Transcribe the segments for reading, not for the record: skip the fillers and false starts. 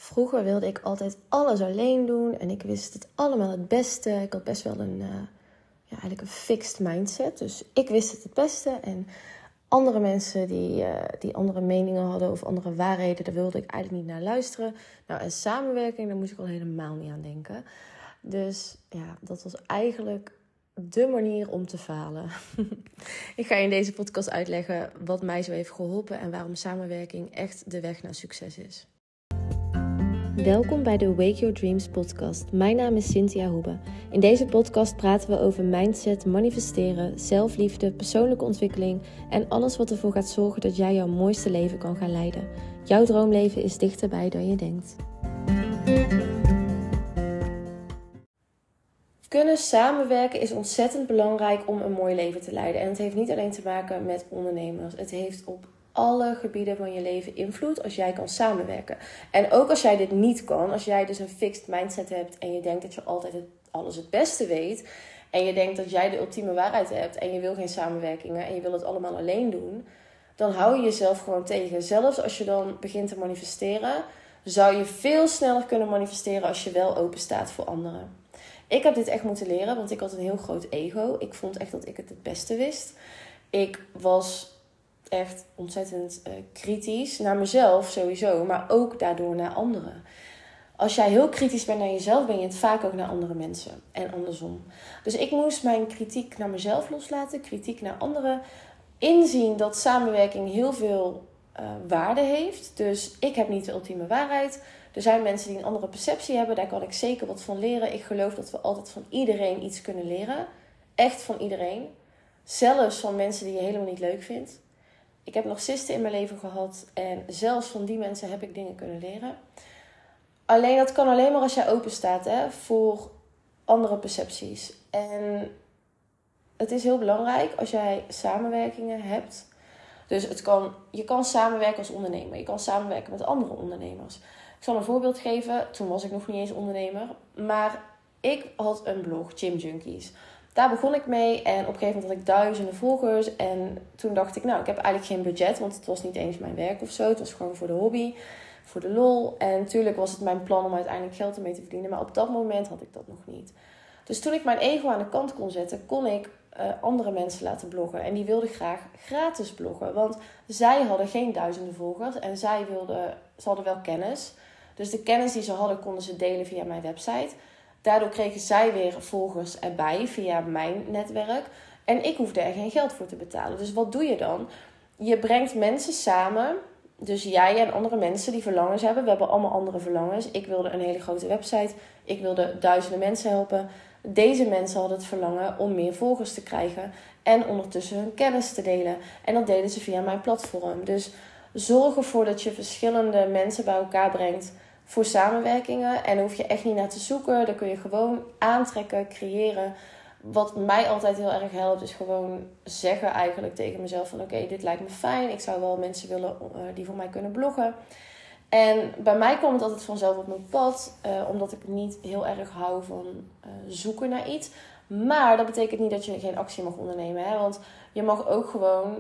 Vroeger wilde ik altijd alles alleen doen en ik wist het allemaal het beste. Ik had best wel eigenlijk een fixed mindset. Dus ik wist het beste en andere mensen die andere meningen hadden of andere waarheden, daar wilde ik eigenlijk niet naar luisteren. Nou, en samenwerking, daar moest ik al helemaal niet aan denken. Dus ja, dat was eigenlijk de manier om te falen. Ik ga je in deze podcast uitleggen wat mij zo heeft geholpen en waarom samenwerking echt de weg naar succes is. Welkom bij de Wake Your Dreams podcast. Mijn naam is Cynthia Hoebe. In deze podcast praten we over mindset, manifesteren, zelfliefde, persoonlijke ontwikkeling en alles wat ervoor gaat zorgen dat jij jouw mooiste leven kan gaan leiden. Jouw droomleven is dichterbij dan je denkt. Kunnen samenwerken is ontzettend belangrijk om een mooi leven te leiden. En het heeft niet alleen te maken met ondernemers. Het heeft op alle gebieden van je leven invloed als jij kan samenwerken. En ook als jij dit niet kan, als jij dus een fixed mindset hebt en je denkt dat je altijd alles het beste weet en je denkt dat jij de ultieme waarheid hebt en je wil geen samenwerkingen en je wil het allemaal alleen doen, dan hou je jezelf gewoon tegen. Zelfs als je dan begint te manifesteren, zou je veel sneller kunnen manifesteren als je wel open staat voor anderen. Ik heb dit echt moeten leren, want ik had een heel groot ego. Ik vond echt dat ik het beste wist. Ik was echt ontzettend kritisch naar mezelf sowieso, maar ook daardoor naar anderen. Als jij heel kritisch bent naar jezelf, ben je het vaak ook naar andere mensen en andersom. Dus ik moest mijn kritiek naar mezelf loslaten, kritiek naar anderen. Inzien dat samenwerking heel veel waarde heeft. Dus ik heb niet de ultieme waarheid. Er zijn mensen die een andere perceptie hebben. Daar kan ik zeker wat van leren. Ik geloof dat we altijd van iedereen iets kunnen leren. Echt van iedereen. Zelfs van mensen die je helemaal niet leuk vindt. Ik heb narcisten in mijn leven gehad. En zelfs van die mensen heb ik dingen kunnen leren. Alleen dat kan alleen maar als jij open staat voor andere percepties. En het is heel belangrijk als jij samenwerkingen hebt. Dus je kan samenwerken als ondernemer. Je kan samenwerken met andere ondernemers. Ik zal een voorbeeld geven. Toen was ik nog niet eens ondernemer. Maar ik had een blog, Gym Junkies. Daar begon ik mee. En op een gegeven moment had ik duizenden volgers. En toen dacht ik, ik heb eigenlijk geen budget. Want het was niet eens mijn werk of zo. Het was gewoon voor de hobby. Voor de lol. En natuurlijk was het mijn plan om uiteindelijk geld ermee te verdienen. Maar op dat moment had ik dat nog niet. Dus toen ik mijn ego aan de kant kon zetten, kon ik andere mensen laten bloggen. En die wilden graag gratis bloggen. Want zij hadden geen duizenden volgers. En ze hadden wel kennis. Dus de kennis die ze hadden, konden ze delen via mijn website. Daardoor kregen zij weer volgers erbij via mijn netwerk. En ik hoefde er geen geld voor te betalen. Dus wat doe je dan? Je brengt mensen samen. Dus jij en andere mensen die verlangens hebben. We hebben allemaal andere verlangens. Ik wilde een hele grote website. Ik wilde duizenden mensen helpen. Deze mensen hadden het verlangen om meer volgers te krijgen. En ondertussen hun kennis te delen. En dat deden ze via mijn platform. Dus zorg ervoor dat je verschillende mensen bij elkaar brengt voor samenwerkingen. En daar hoef je echt niet naar te zoeken. Dan kun je gewoon aantrekken, creëren. Wat mij altijd heel erg helpt is gewoon zeggen eigenlijk tegen mezelf van oké, dit lijkt me fijn. Ik zou wel mensen willen die voor mij kunnen bloggen. En bij mij kwam het altijd vanzelf op mijn pad. Omdat ik niet heel erg hou van zoeken naar iets. Maar dat betekent niet dat je geen actie mag ondernemen. Hè? Want je mag ook gewoon...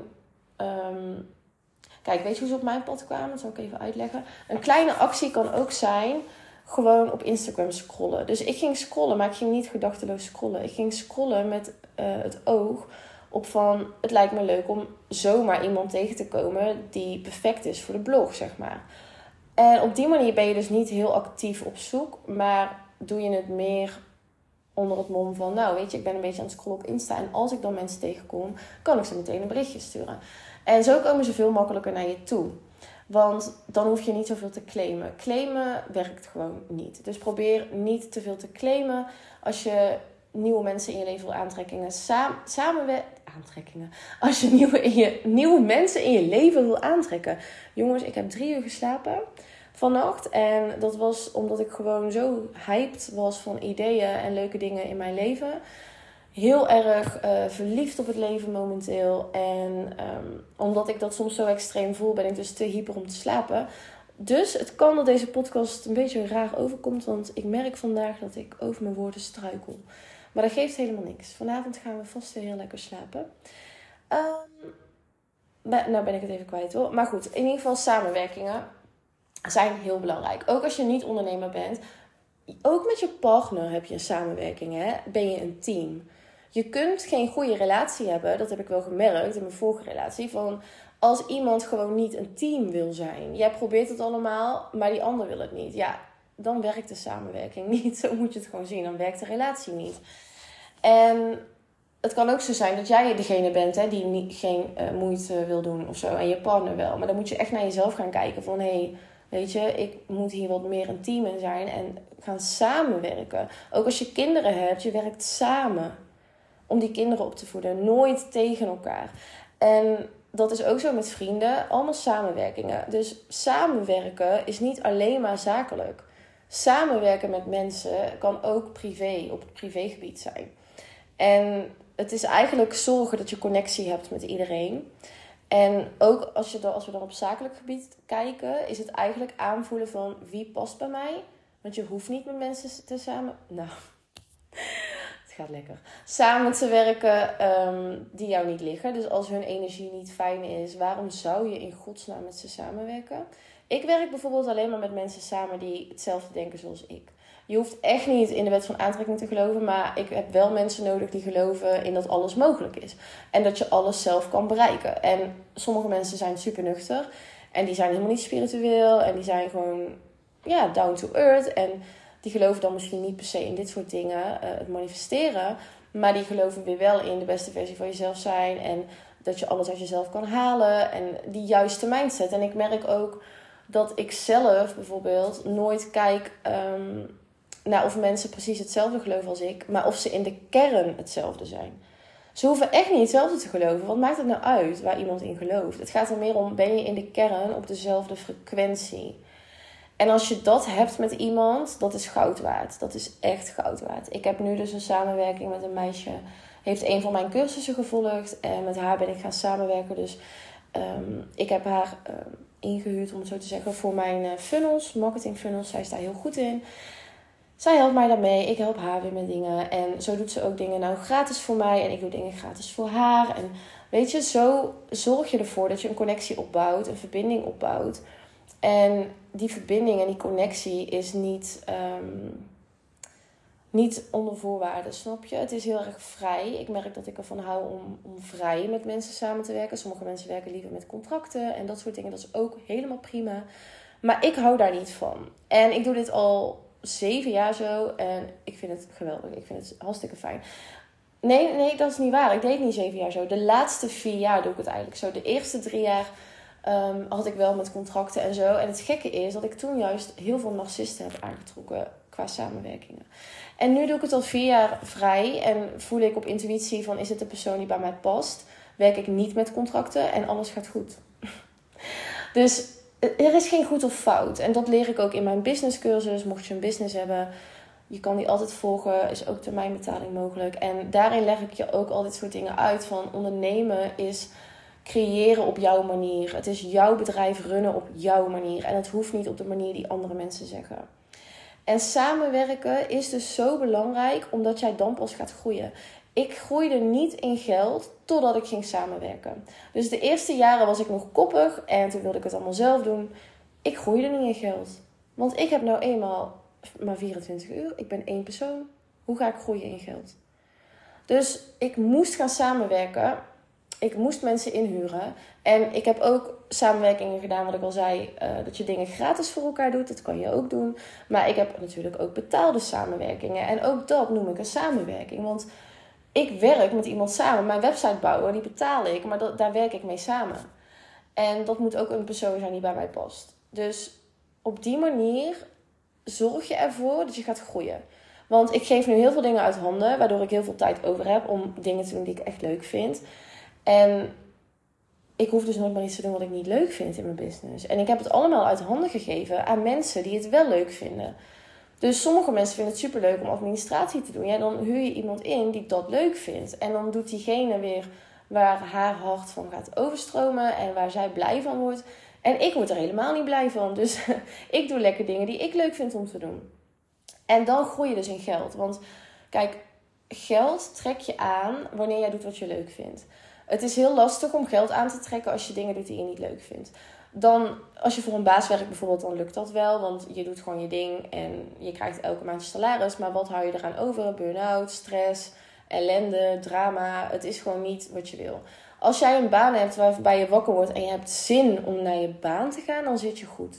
Kijk, weet je hoe ze op mijn pad kwamen? Dat zal ik even uitleggen. Een kleine actie kan ook zijn gewoon op Instagram scrollen. Dus ik ging scrollen, maar ik ging niet gedachteloos scrollen. Ik ging scrollen met het oog op van... Het lijkt me leuk om zomaar iemand tegen te komen die perfect is voor de blog, zeg maar. En op die manier ben je dus niet heel actief op zoek. Maar doe je het meer onder het mom van... weet je, ik ben een beetje aan het scrollen op Insta. En als ik dan mensen tegenkom, kan ik ze meteen een berichtje sturen. En zo komen ze veel makkelijker naar je toe. Want dan hoef je niet zoveel te claimen. Claimen werkt gewoon niet. Dus probeer niet te veel te claimen. Als je nieuwe mensen in je leven wil aantrekken. Als je nieuwe mensen in je leven wil aantrekken. Jongens, ik heb 3 uur geslapen vannacht. En dat was omdat ik gewoon zo hyped was van ideeën en leuke dingen in mijn leven. Heel erg verliefd op het leven momenteel. En omdat ik dat soms zo extreem voel, ben ik dus te hyper om te slapen. Dus het kan dat deze podcast een beetje raar overkomt. Want ik merk vandaag dat ik over mijn woorden struikel. Maar dat geeft helemaal niks. Vanavond gaan we vast weer heel lekker slapen. Nou ben ik het even kwijt hoor. Maar goed, in ieder geval samenwerkingen. zijn heel belangrijk. Ook als je niet ondernemer bent. Ook met je partner heb je een samenwerking. Hè? Ben je een team. Je kunt geen goede relatie hebben. Dat heb ik wel gemerkt in mijn vorige relatie. Van als iemand gewoon niet een team wil zijn. Jij probeert het allemaal, maar die ander wil het niet. Ja, dan werkt de samenwerking niet. Zo moet je het gewoon zien. Dan werkt de relatie niet. En het kan ook zo zijn dat jij degene bent hè, die geen moeite wil doen of zo. En je partner wel. Maar dan moet je echt naar jezelf gaan kijken. Van weet je, ik moet hier wat meer een team in zijn. En gaan samenwerken. Ook als je kinderen hebt, je werkt samen. Om die kinderen op te voeden. Nooit tegen elkaar. En dat is ook zo met vrienden. Allemaal samenwerkingen. Dus samenwerken is niet alleen maar zakelijk. Samenwerken met mensen kan ook privé, op het privégebied zijn. En het is eigenlijk zorgen dat je connectie hebt met iedereen. En ook als we dan op zakelijk gebied kijken, is het eigenlijk aanvoelen van wie past bij mij. Want je hoeft niet met mensen gaat lekker. Samen te werken die jou niet liggen. Dus als hun energie niet fijn is, waarom zou je in godsnaam met ze samenwerken? Ik werk bijvoorbeeld alleen maar met mensen samen die hetzelfde denken zoals ik. Je hoeft echt niet in de wet van aantrekking te geloven, maar ik heb wel mensen nodig die geloven in dat alles mogelijk is. En dat je alles zelf kan bereiken. En sommige mensen zijn super nuchter en die zijn helemaal niet spiritueel en die zijn gewoon down to earth en die geloven dan misschien niet per se in dit soort dingen, het manifesteren. Maar die geloven weer wel in de beste versie van jezelf zijn. En dat je alles uit jezelf kan halen. En die juiste mindset. En ik merk ook dat ik zelf bijvoorbeeld nooit kijk naar of mensen precies hetzelfde geloven als ik. Maar of ze in de kern hetzelfde zijn. Ze hoeven echt niet hetzelfde te geloven. Wat maakt het nou uit waar iemand in gelooft? Het gaat er meer om, ben je in de kern op dezelfde frequentie? En als je dat hebt met iemand, dat is goud waard. Dat is echt goud waard. Ik heb nu dus een samenwerking met een meisje. Heeft een van mijn cursussen gevolgd. En met haar ben ik gaan samenwerken. Dus ik heb haar ingehuurd, om het zo te zeggen, voor mijn funnels. Marketing funnels. Zij is daar heel goed in. Zij helpt mij daarmee. Ik help haar weer met dingen. En zo doet ze ook dingen nou gratis voor mij. En ik doe dingen gratis voor haar. En weet je, zo zorg je ervoor dat je een connectie opbouwt. Een verbinding opbouwt. En die verbinding en die connectie is niet onder voorwaarden, snap je? Het is heel erg vrij. Ik merk dat ik ervan hou om vrij met mensen samen te werken. Sommige mensen werken liever met contracten en dat soort dingen. Dat is ook helemaal prima. Maar ik hou daar niet van. En ik doe dit al 7 jaar zo en ik vind het geweldig. Ik vind het hartstikke fijn. Nee, dat is niet waar. Ik deed niet 7 jaar zo. De laatste 4 jaar doe ik het eigenlijk zo. De eerste 3 jaar had ik wel met contracten en zo. En het gekke is dat ik toen juist heel veel narcisten heb aangetrokken qua samenwerkingen. En nu doe ik het al 4 jaar vrij. En voel ik op intuïtie van, is het de persoon die bij mij past? Werk ik niet met contracten en alles gaat goed. Dus er is geen goed of fout. En dat leer ik ook in mijn businesscursus. Mocht je een business hebben, je kan die altijd volgen. Is ook termijnbetaling mogelijk. En daarin leg ik je ook al dit soort dingen uit. Van ondernemen is creëren op jouw manier. Het is jouw bedrijf runnen op jouw manier. En het hoeft niet op de manier die andere mensen zeggen. En samenwerken is dus zo belangrijk, omdat jij dan pas gaat groeien. Ik groeide niet in geld totdat ik ging samenwerken. Dus de eerste jaren was ik nog koppig en toen wilde ik het allemaal zelf doen. Ik groeide niet in geld. Want ik heb nou eenmaal maar 24 uur. Ik ben 1 persoon. Hoe ga ik groeien in geld? Dus ik moest gaan samenwerken. Ik moest mensen inhuren. En ik heb ook samenwerkingen gedaan, wat ik al zei, dat je dingen gratis voor elkaar doet. Dat kan je ook doen. Maar ik heb natuurlijk ook betaalde samenwerkingen. En ook dat noem ik een samenwerking. Want ik werk met iemand samen. Mijn website bouwen, die betaal ik. Maar daar werk ik mee samen. En dat moet ook een persoon zijn die bij mij past. Dus op die manier zorg je ervoor dat je gaat groeien. Want ik geef nu heel veel dingen uit handen, waardoor ik heel veel tijd over heb om dingen te doen die ik echt leuk vind. En ik hoef dus nooit maar iets te doen wat ik niet leuk vind in mijn business. En ik heb het allemaal uit handen gegeven aan mensen die het wel leuk vinden. Dus sommige mensen vinden het superleuk om administratie te doen. Ja, dan huur je iemand in die dat leuk vindt. En dan doet diegene weer waar haar hart van gaat overstromen en waar zij blij van wordt. En ik word er helemaal niet blij van. Dus ik doe lekker dingen die ik leuk vind om te doen. En dan groei je dus in geld. Want kijk, geld trek je aan wanneer jij doet wat je leuk vindt. Het is heel lastig om geld aan te trekken als je dingen doet die je niet leuk vindt. dan als je voor een baas werkt bijvoorbeeld, dan lukt dat wel. Want je doet gewoon je ding en je krijgt elke maand je salaris. Maar wat hou je eraan over? Burn-out, stress, ellende, drama. Het is gewoon niet wat je wil. Als jij een baan hebt waarbij je wakker wordt en je hebt zin om naar je baan te gaan, dan zit je goed.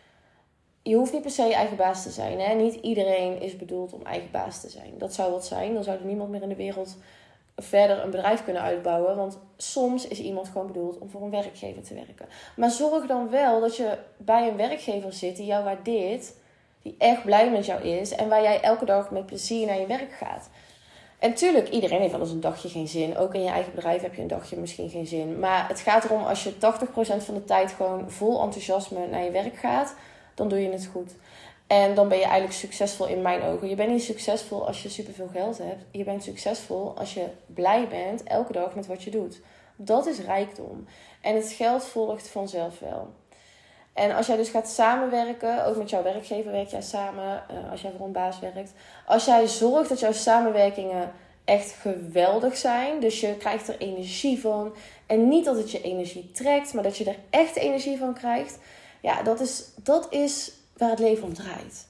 Je hoeft niet per se je eigen baas te zijn. Hè? Niet iedereen is bedoeld om eigen baas te zijn. Dat zou wat zijn. Dan zou er niemand meer in de wereld verder een bedrijf kunnen uitbouwen. Want soms is iemand gewoon bedoeld om voor een werkgever te werken. Maar zorg dan wel dat je bij een werkgever zit die jou waardeert. Die echt blij met jou is. En waar jij elke dag met plezier naar je werk gaat. En tuurlijk, iedereen heeft wel eens een dagje geen zin. Ook in je eigen bedrijf heb je een dagje misschien geen zin. Maar het gaat erom, als je 80% van de tijd gewoon vol enthousiasme naar je werk gaat, dan doe je het goed. En dan ben je eigenlijk succesvol in mijn ogen. Je bent niet succesvol als je superveel geld hebt. Je bent succesvol als je blij bent elke dag met wat je doet. Dat is rijkdom. En het geld volgt vanzelf wel. En als jij dus gaat samenwerken, ook met jouw werkgever werk jij samen, als jij voor een baas werkt. Als jij zorgt dat jouw samenwerkingen echt geweldig zijn, dus je krijgt er energie van. En niet dat het je energie trekt, maar dat je er echt energie van krijgt. Ja, dat is waar het leven om draait.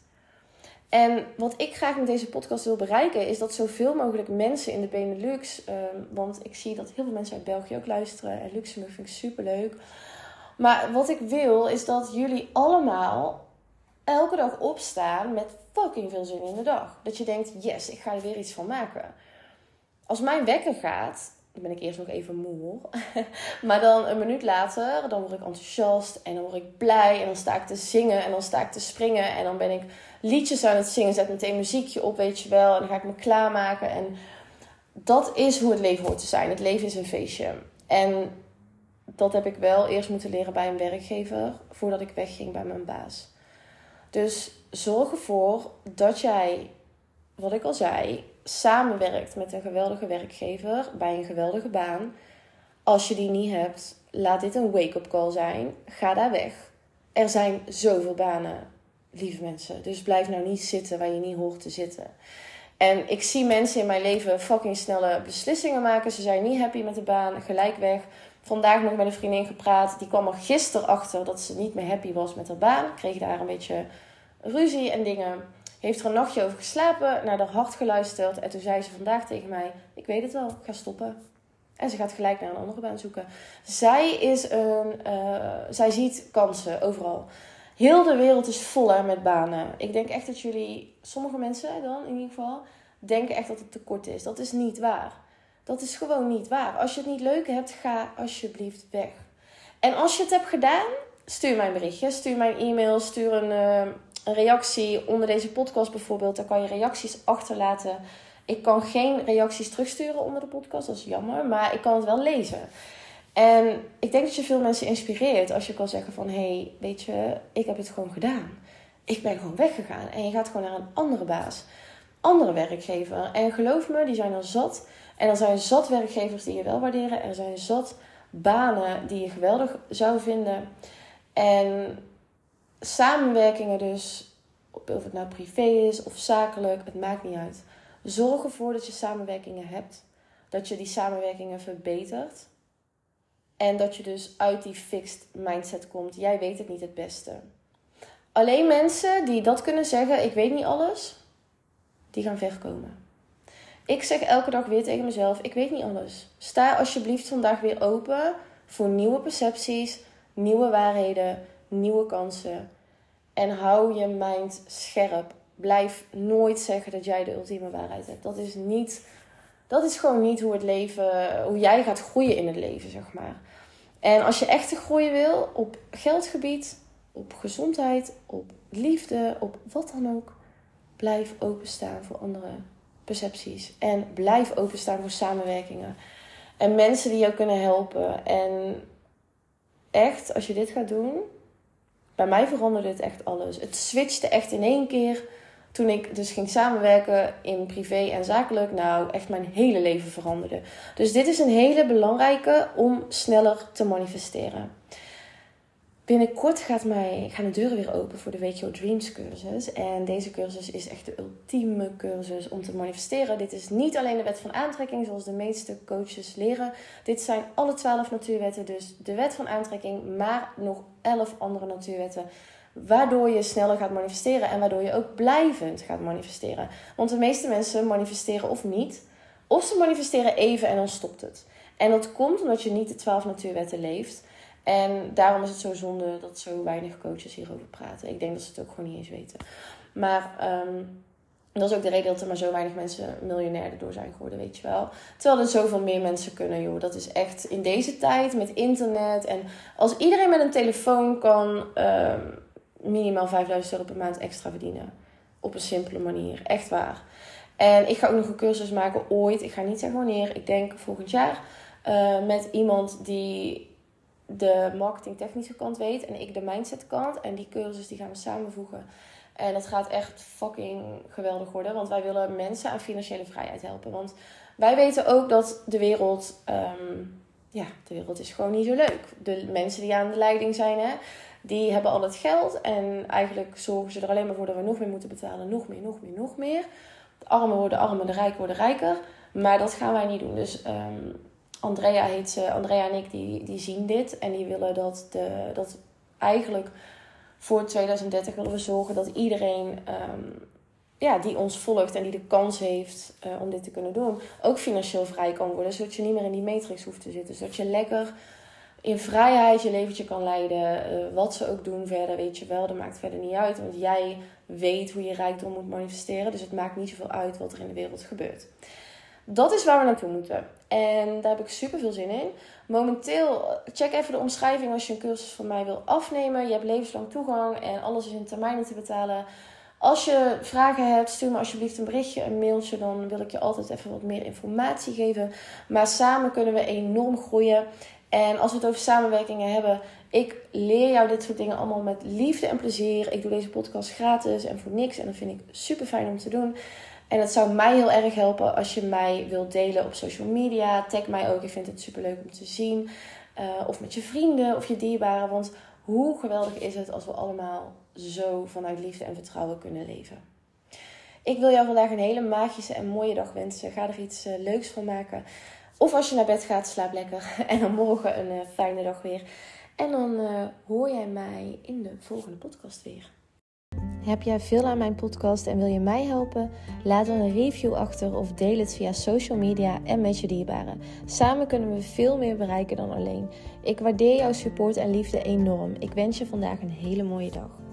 En wat ik graag met deze podcast wil bereiken, is dat zoveel mogelijk mensen in de Benelux, want ik zie dat heel veel mensen uit België ook luisteren en Luxemburg vind ik superleuk. Maar wat ik wil is dat jullie allemaal elke dag opstaan met fucking veel zin in de dag. Dat je denkt, yes, ik ga er weer iets van maken. Als mijn wekker gaat, dan ben ik eerst nog even moe hoor. Maar dan een minuut later, dan word ik enthousiast en dan word ik blij. En dan sta ik te zingen en dan sta ik te springen. En dan ben ik liedjes aan het zingen, zet meteen muziekje op, weet je wel. En dan ga ik me klaarmaken. En dat is hoe het leven hoort te zijn. Het leven is een feestje. En dat heb ik wel eerst moeten leren bij een werkgever, voordat ik wegging bij mijn baas. Dus zorg ervoor dat jij, wat ik al zei, samenwerkt met een geweldige werkgever bij een geweldige baan. Als je die niet hebt, laat dit een wake-up call zijn. Ga daar weg. Er zijn zoveel banen, lieve mensen. Dus blijf nou niet zitten waar je niet hoort te zitten. En ik zie mensen in mijn leven fucking snelle beslissingen maken. Ze zijn niet happy met de baan, gelijk weg. Vandaag nog met een vriendin gepraat. Die kwam er gisteren achter dat ze niet meer happy was met haar baan. Kreeg daar een beetje ruzie en dingen. Heeft er een nachtje over geslapen, naar haar hart geluisterd. En toen zei ze vandaag tegen mij, ik weet het wel, ik ga stoppen. En ze gaat gelijk naar een andere baan zoeken. Zij ziet kansen overal. Heel de wereld is vol met banen. Ik denk echt dat jullie, sommige mensen dan in ieder geval, denken echt dat het tekort is. Dat is niet waar. Dat is gewoon niet waar. Als je het niet leuk hebt, ga alsjeblieft weg. En als je het hebt gedaan, stuur mij een berichtje. Stuur mij een e-mail, stuur een reactie onder deze podcast bijvoorbeeld. Dan kan je reacties achterlaten. Ik kan geen reacties terugsturen onder de podcast, dat is jammer. Maar ik kan het wel lezen. En ik denk dat je veel mensen inspireert als je kan zeggen van, hey, weet je, ik heb het gewoon gedaan. Ik ben gewoon weggegaan. En je gaat gewoon naar een andere baas. Andere werkgever. En geloof me, die zijn er zat. En er zijn zat werkgevers die je wel waarderen. Er zijn zat banen die je geweldig zou vinden. En samenwerkingen dus, of het nou privé is of zakelijk, het maakt niet uit. Zorg ervoor dat je samenwerkingen hebt. Dat je die samenwerkingen verbetert. En dat je dus uit die fixed mindset komt. Jij weet het niet het beste. Alleen mensen die dat kunnen zeggen, ik weet niet alles, die gaan ver komen. Ik zeg elke dag weer tegen mezelf, ik weet niet alles. Sta alsjeblieft vandaag weer open voor nieuwe percepties, nieuwe waarheden, nieuwe kansen. En hou je mind scherp. Blijf nooit zeggen dat jij de ultieme waarheid hebt. Dat is gewoon niet hoe het leven, hoe jij gaat groeien in het leven, zeg maar. En als je echt te groeien wil op geldgebied, op gezondheid, op liefde, op wat dan ook, blijf openstaan voor andere percepties. En blijf openstaan voor samenwerkingen. En mensen die jou kunnen helpen. En echt, als je dit gaat doen, bij mij veranderde het echt alles. Het switchte echt in één keer. Toen ik dus ging samenwerken in privé en zakelijk, nou echt mijn hele leven veranderde. Dus dit is een hele belangrijke om sneller te manifesteren. Binnenkort gaan de deuren weer open voor de Wake Your Dreams cursus. En deze cursus is echt de ultieme cursus om te manifesteren. Dit is niet alleen de wet van aantrekking zoals de meeste coaches leren. Dit zijn alle 12 natuurwetten. Dus de wet van aantrekking, maar nog 11 andere natuurwetten. Waardoor je sneller gaat manifesteren en waardoor je ook blijvend gaat manifesteren. Want de meeste mensen manifesteren of niet. Of ze manifesteren even en dan stopt het. En dat komt omdat je niet de 12 natuurwetten leeft. En daarom is het zo zonde dat zo weinig coaches hierover praten. Ik denk dat ze het ook gewoon niet eens weten. Maar dat is ook de reden dat er maar zo weinig mensen miljonair erdoor zijn geworden, weet je wel. Terwijl er zoveel meer mensen kunnen, joh. Dat is echt in deze tijd met internet. En als iedereen met een telefoon kan minimaal €5.000 per maand extra verdienen. Op een simpele manier. Echt waar. En ik ga ook nog een cursus maken ooit. Ik ga niet zeggen wanneer. Ik denk volgend jaar. Met iemand die de marketingtechnische kant weet en ik de mindset kant. En die cursus die gaan we samenvoegen. En dat gaat echt fucking geweldig worden. Want wij willen mensen aan financiële vrijheid helpen. Want wij weten ook dat de wereld... de wereld is gewoon niet zo leuk. De mensen die aan de leiding zijn, hè, die hebben al het geld. En eigenlijk zorgen ze er alleen maar voor dat we nog meer moeten betalen. Nog meer. De armen worden armer, de rijken worden rijker. Maar dat gaan wij niet doen. Dus... Andrea heet ze. Andrea en ik die zien dit. En die willen dat eigenlijk voor 2030 willen we zorgen dat iedereen die ons volgt en die de kans heeft om dit te kunnen doen, ook financieel vrij kan worden. Zodat je niet meer in die matrix hoeft te zitten. Zodat je lekker in vrijheid je leventje kan leiden. Wat ze ook doen verder, weet je wel. Dat maakt verder niet uit. Want jij weet hoe je rijkdom moet manifesteren. Dus het maakt niet zoveel uit wat er in de wereld gebeurt. Dat is waar we naartoe moeten. En daar heb ik super veel zin in. Momenteel, check even de omschrijving als je een cursus van mij wil afnemen. Je hebt levenslang toegang en alles is in termijnen te betalen. Als je vragen hebt, stuur me alsjeblieft een berichtje, een mailtje. Dan wil ik je altijd even wat meer informatie geven. Maar samen kunnen we enorm groeien. En als we het over samenwerkingen hebben, ik leer jou dit soort dingen allemaal met liefde en plezier. Ik doe deze podcast gratis en voor niks. En dat vind ik super fijn om te doen. En het zou mij heel erg helpen als je mij wilt delen op social media. Tag mij ook, ik vind het super leuk om te zien. Of met je vrienden of je dierbaren. Want hoe geweldig is het als we allemaal zo vanuit liefde en vertrouwen kunnen leven. Ik wil jou vandaag een hele magische en mooie dag wensen. Ga er iets leuks van maken. Of als je naar bed gaat, slaap lekker. En dan morgen een fijne dag weer. En dan hoor jij mij in de volgende podcast weer. Heb jij veel aan mijn podcast en wil je mij helpen? Laat dan een review achter of deel het via social media en met je dierbaren. Samen kunnen we veel meer bereiken dan alleen. Ik waardeer jouw support en liefde enorm. Ik wens je vandaag een hele mooie dag.